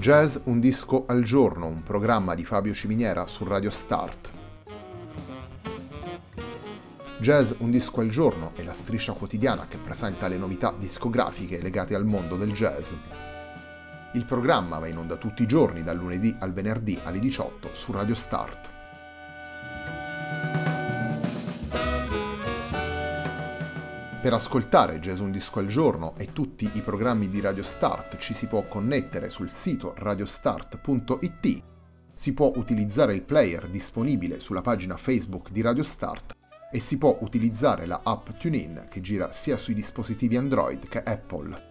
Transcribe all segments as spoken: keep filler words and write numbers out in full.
Jazz un disco al giorno, un programma di Fabio Ciminiera su Radio Start. Jazz un disco al giorno è la striscia quotidiana che presenta le novità discografiche legate al mondo del jazz. Il programma va in onda tutti i giorni dal lunedì al venerdì alle diciotto su Radio Start. Per ascoltare Jazz un disco al giorno e tutti i programmi di Radio Start ci si può connettere sul sito radiostart punto it, si può utilizzare il player disponibile sulla pagina Facebook di Radio Start e si può utilizzare la app TuneIn che gira sia sui dispositivi Android che Apple.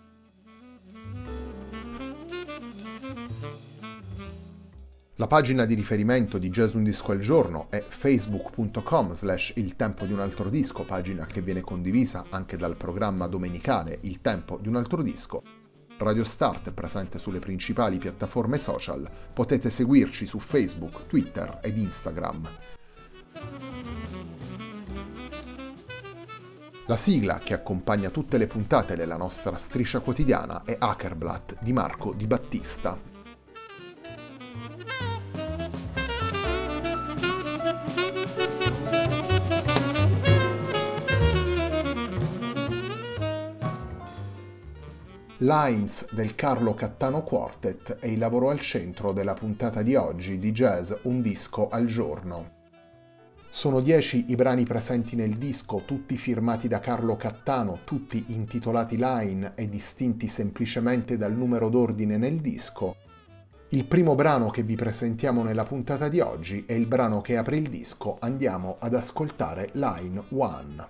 La pagina di riferimento di Jazz un disco al giorno è facebook punto com slash il tempo di un altro disco, pagina che viene condivisa anche dal programma domenicale Il tempo di un altro disco. Radio Start è presente sulle principali piattaforme social, potete seguirci su Facebook, Twitter ed Instagram. La sigla che accompagna tutte le puntate della nostra striscia quotidiana è Hackerblatt di Marco Di Battista. Lines del Carlo Cattano Quartet è il lavoro al centro della puntata di oggi di Jazz un disco al giorno. Sono dieci i brani presenti nel disco, tutti firmati da Carlo Cattano, tutti intitolati Line e distinti semplicemente dal numero d'ordine nel disco. Il primo brano che vi presentiamo nella puntata di oggi è il brano che apre il disco, andiamo ad ascoltare Line uno.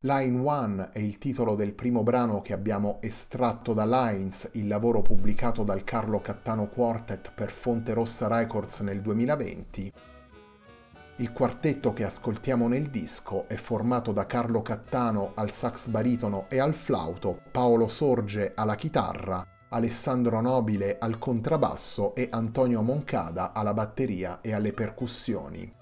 Line One è il titolo del primo brano che abbiamo estratto da Lines, il lavoro pubblicato dal Carlo Cattano Quartet per Fonte Rossa Records nel duemilaventi. Il quartetto che ascoltiamo nel disco è formato da Carlo Cattano al sax baritono e al flauto, Paolo Sorge alla chitarra, Alessandro Nobile al contrabbasso e Antonio Moncada alla batteria e alle percussioni.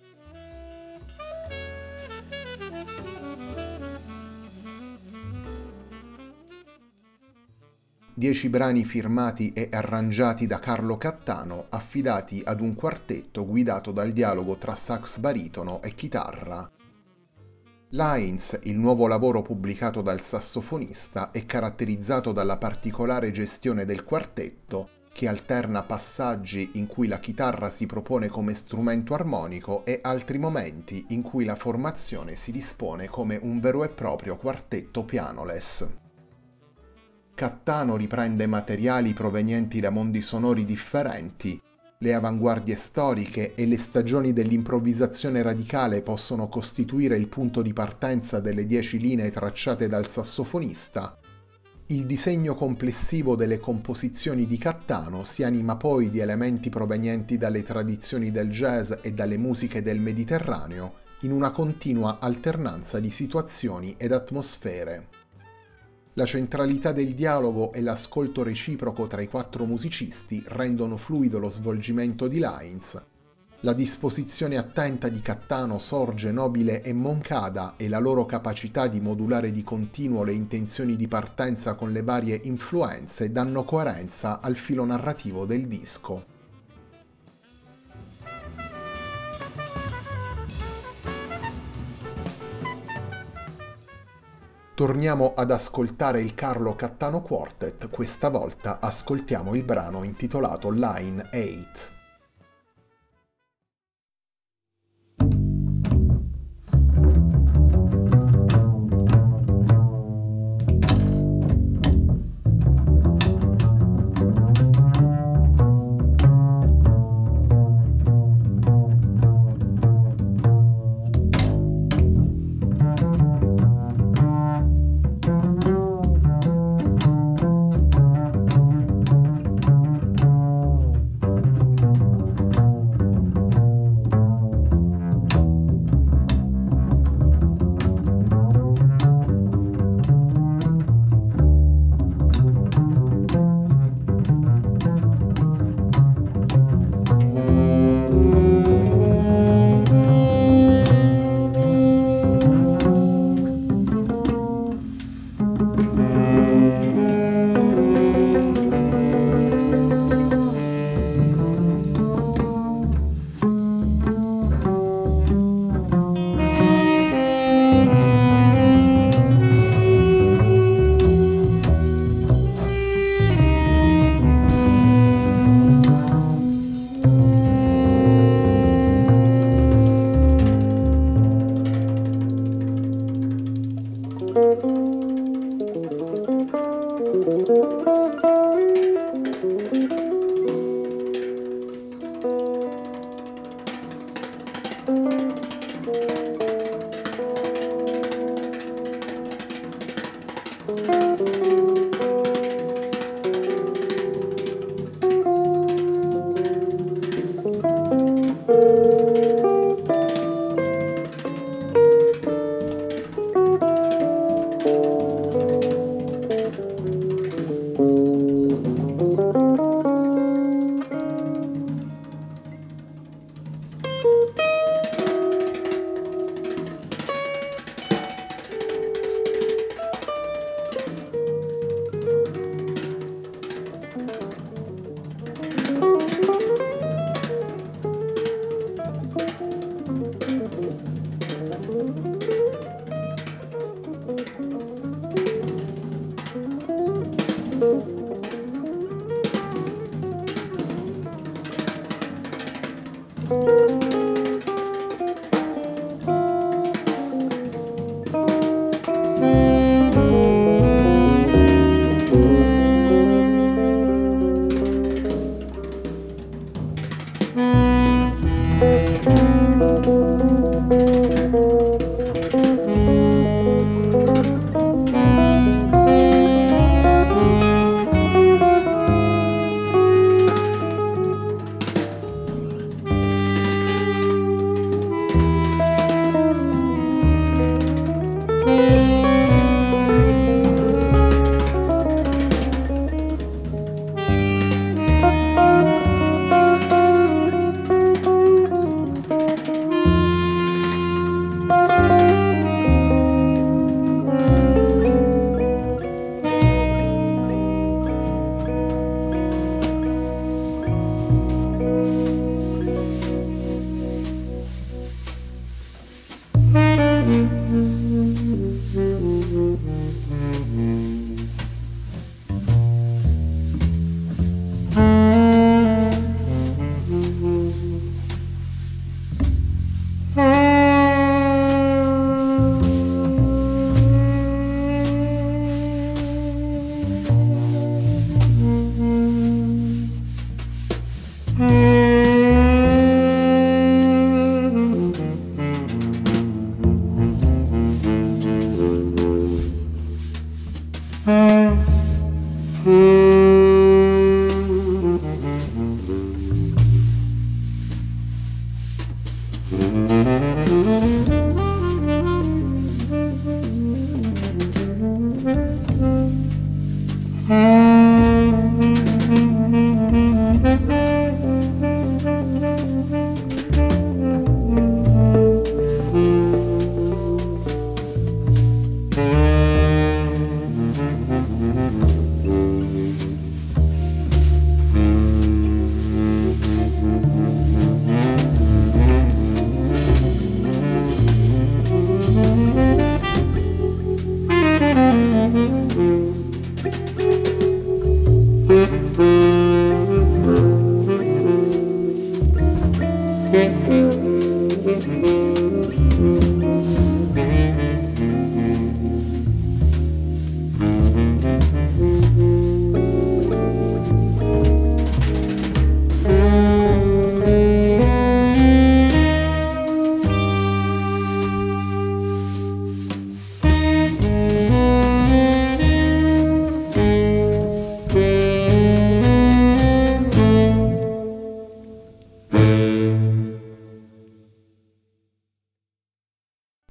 Dieci brani firmati e arrangiati da Carlo Cattano, affidati ad un quartetto guidato dal dialogo tra sax baritono e chitarra. Lines, il nuovo lavoro pubblicato dal sassofonista, è caratterizzato dalla particolare gestione del quartetto, che alterna passaggi in cui la chitarra si propone come strumento armonico e altri momenti in cui la formazione si dispone come un vero e proprio quartetto pianoless. Cattano riprende materiali provenienti da mondi sonori differenti. Le avanguardie storiche e le stagioni dell'improvvisazione radicale possono costituire il punto di partenza delle dieci linee tracciate dal sassofonista. Il disegno complessivo delle composizioni di Cattano si anima poi di elementi provenienti dalle tradizioni del jazz e dalle musiche del Mediterraneo, in una continua alternanza di situazioni ed atmosfere. La centralità del dialogo e l'ascolto reciproco tra i quattro musicisti rendono fluido lo svolgimento di Lines. La disposizione attenta di Cattano, Sorge, Nobile e Moncada e la loro capacità di modulare di continuo le intenzioni di partenza con le varie influenze danno coerenza al filo narrativo del disco. Torniamo ad ascoltare il Carlo Cattano Quartet, questa volta ascoltiamo il brano intitolato Line otto.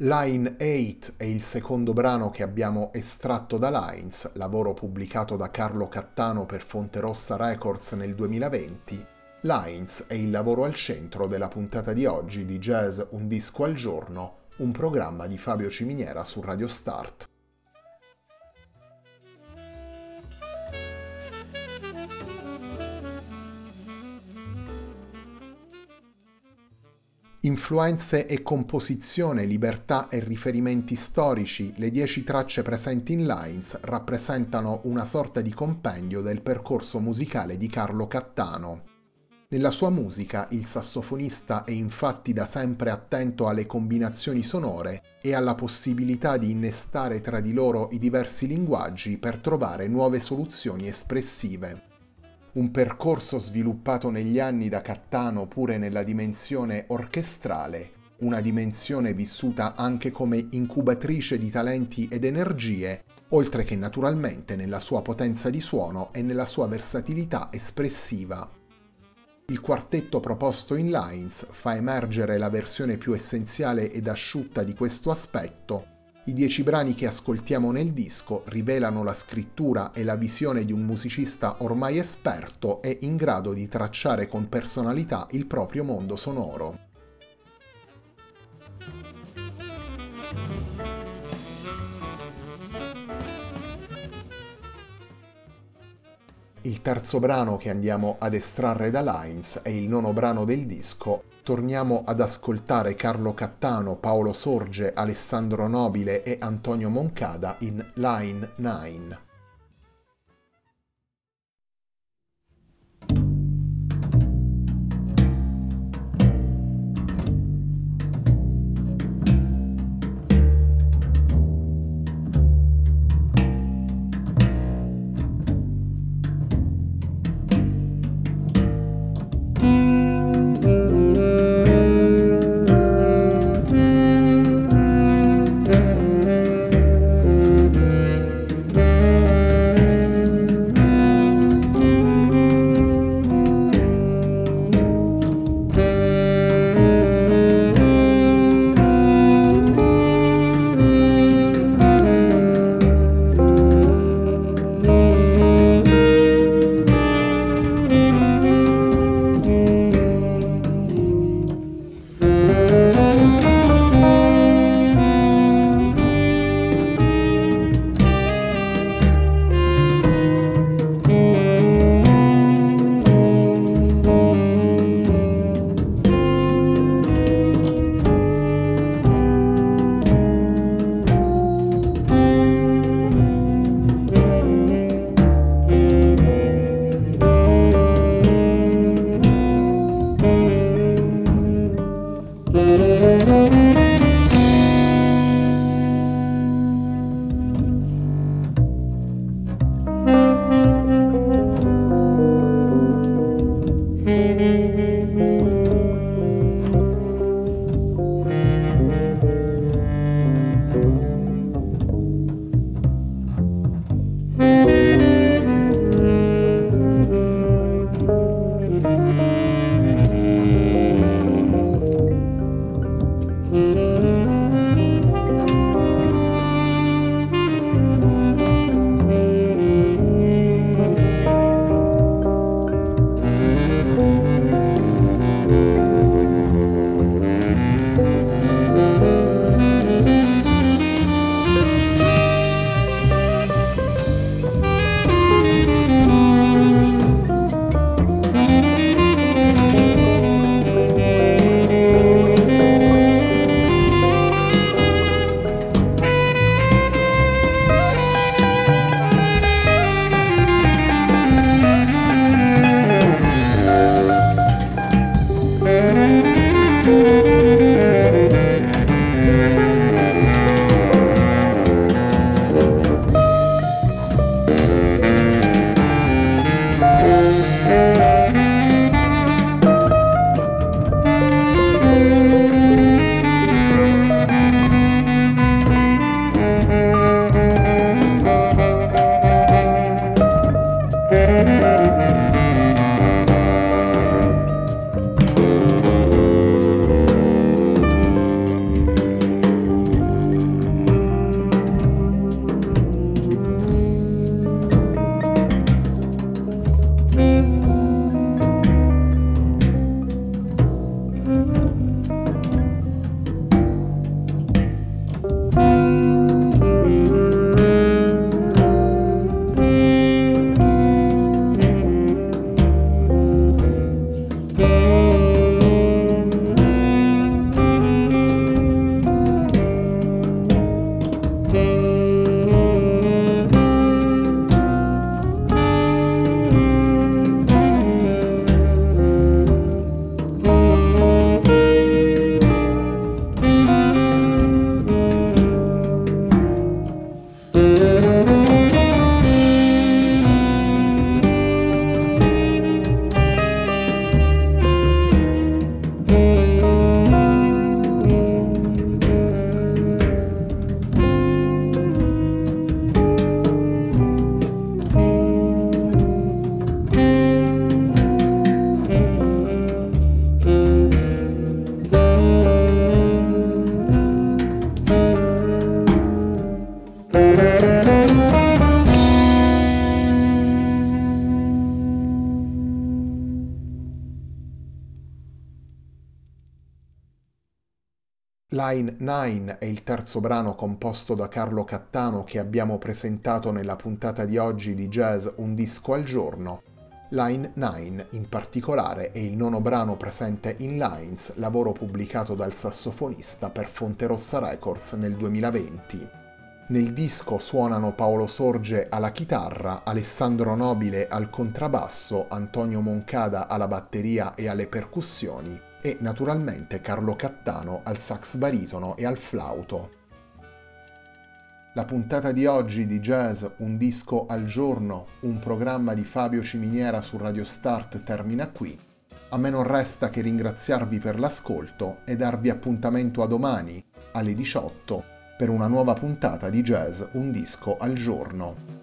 Line otto è il secondo brano che abbiamo estratto da Lines, lavoro pubblicato da Carlo Cattano per Fonterossa Records nel duemilaventi. Lines è il lavoro al centro della puntata di oggi di Jazz Un Disco al Giorno, un programma di Fabio Ciminiera su Radio Start. Influenze e composizione, libertà e riferimenti storici, le dieci tracce presenti in Lines rappresentano una sorta di compendio del percorso musicale di Carlo Cattano. Nella sua musica il sassofonista è infatti da sempre attento alle combinazioni sonore e alla possibilità di innestare tra di loro i diversi linguaggi per trovare nuove soluzioni espressive. Un percorso sviluppato negli anni da Cattano pure nella dimensione orchestrale, una dimensione vissuta anche come incubatrice di talenti ed energie, oltre che naturalmente nella sua potenza di suono e nella sua versatilità espressiva. Il quartetto proposto in Lines fa emergere la versione più essenziale ed asciutta di questo aspetto. I dieci brani che ascoltiamo nel disco rivelano la scrittura e la visione di un musicista ormai esperto e in grado di tracciare con personalità il proprio mondo sonoro. Il terzo brano che andiamo ad estrarre da Lines è il nono brano del disco. Torniamo ad ascoltare Carlo Cattano, Paolo Sorge, Alessandro Nobile e Antonio Moncada in Line nove. Thank you. Line nove è il terzo brano composto da Carlo Cattano che abbiamo presentato nella puntata di oggi di Jazz Un disco al giorno. Line nove in particolare è il nono brano presente in Lines, lavoro pubblicato dal sassofonista per Fonterossa Records nel duemilaventi. Nel disco suonano Paolo Sorge alla chitarra, Alessandro Nobile al contrabbasso, Antonio Moncada alla batteria e alle percussioni e naturalmente Carlo Cattano al sax baritono e al flauto. La puntata di oggi di Jazz Un disco al giorno, un programma di Fabio Ciminiera su Radio Start termina qui. A me non resta che ringraziarvi per l'ascolto e darvi appuntamento a domani alle diciotto per una nuova puntata di Jazz Un disco al giorno.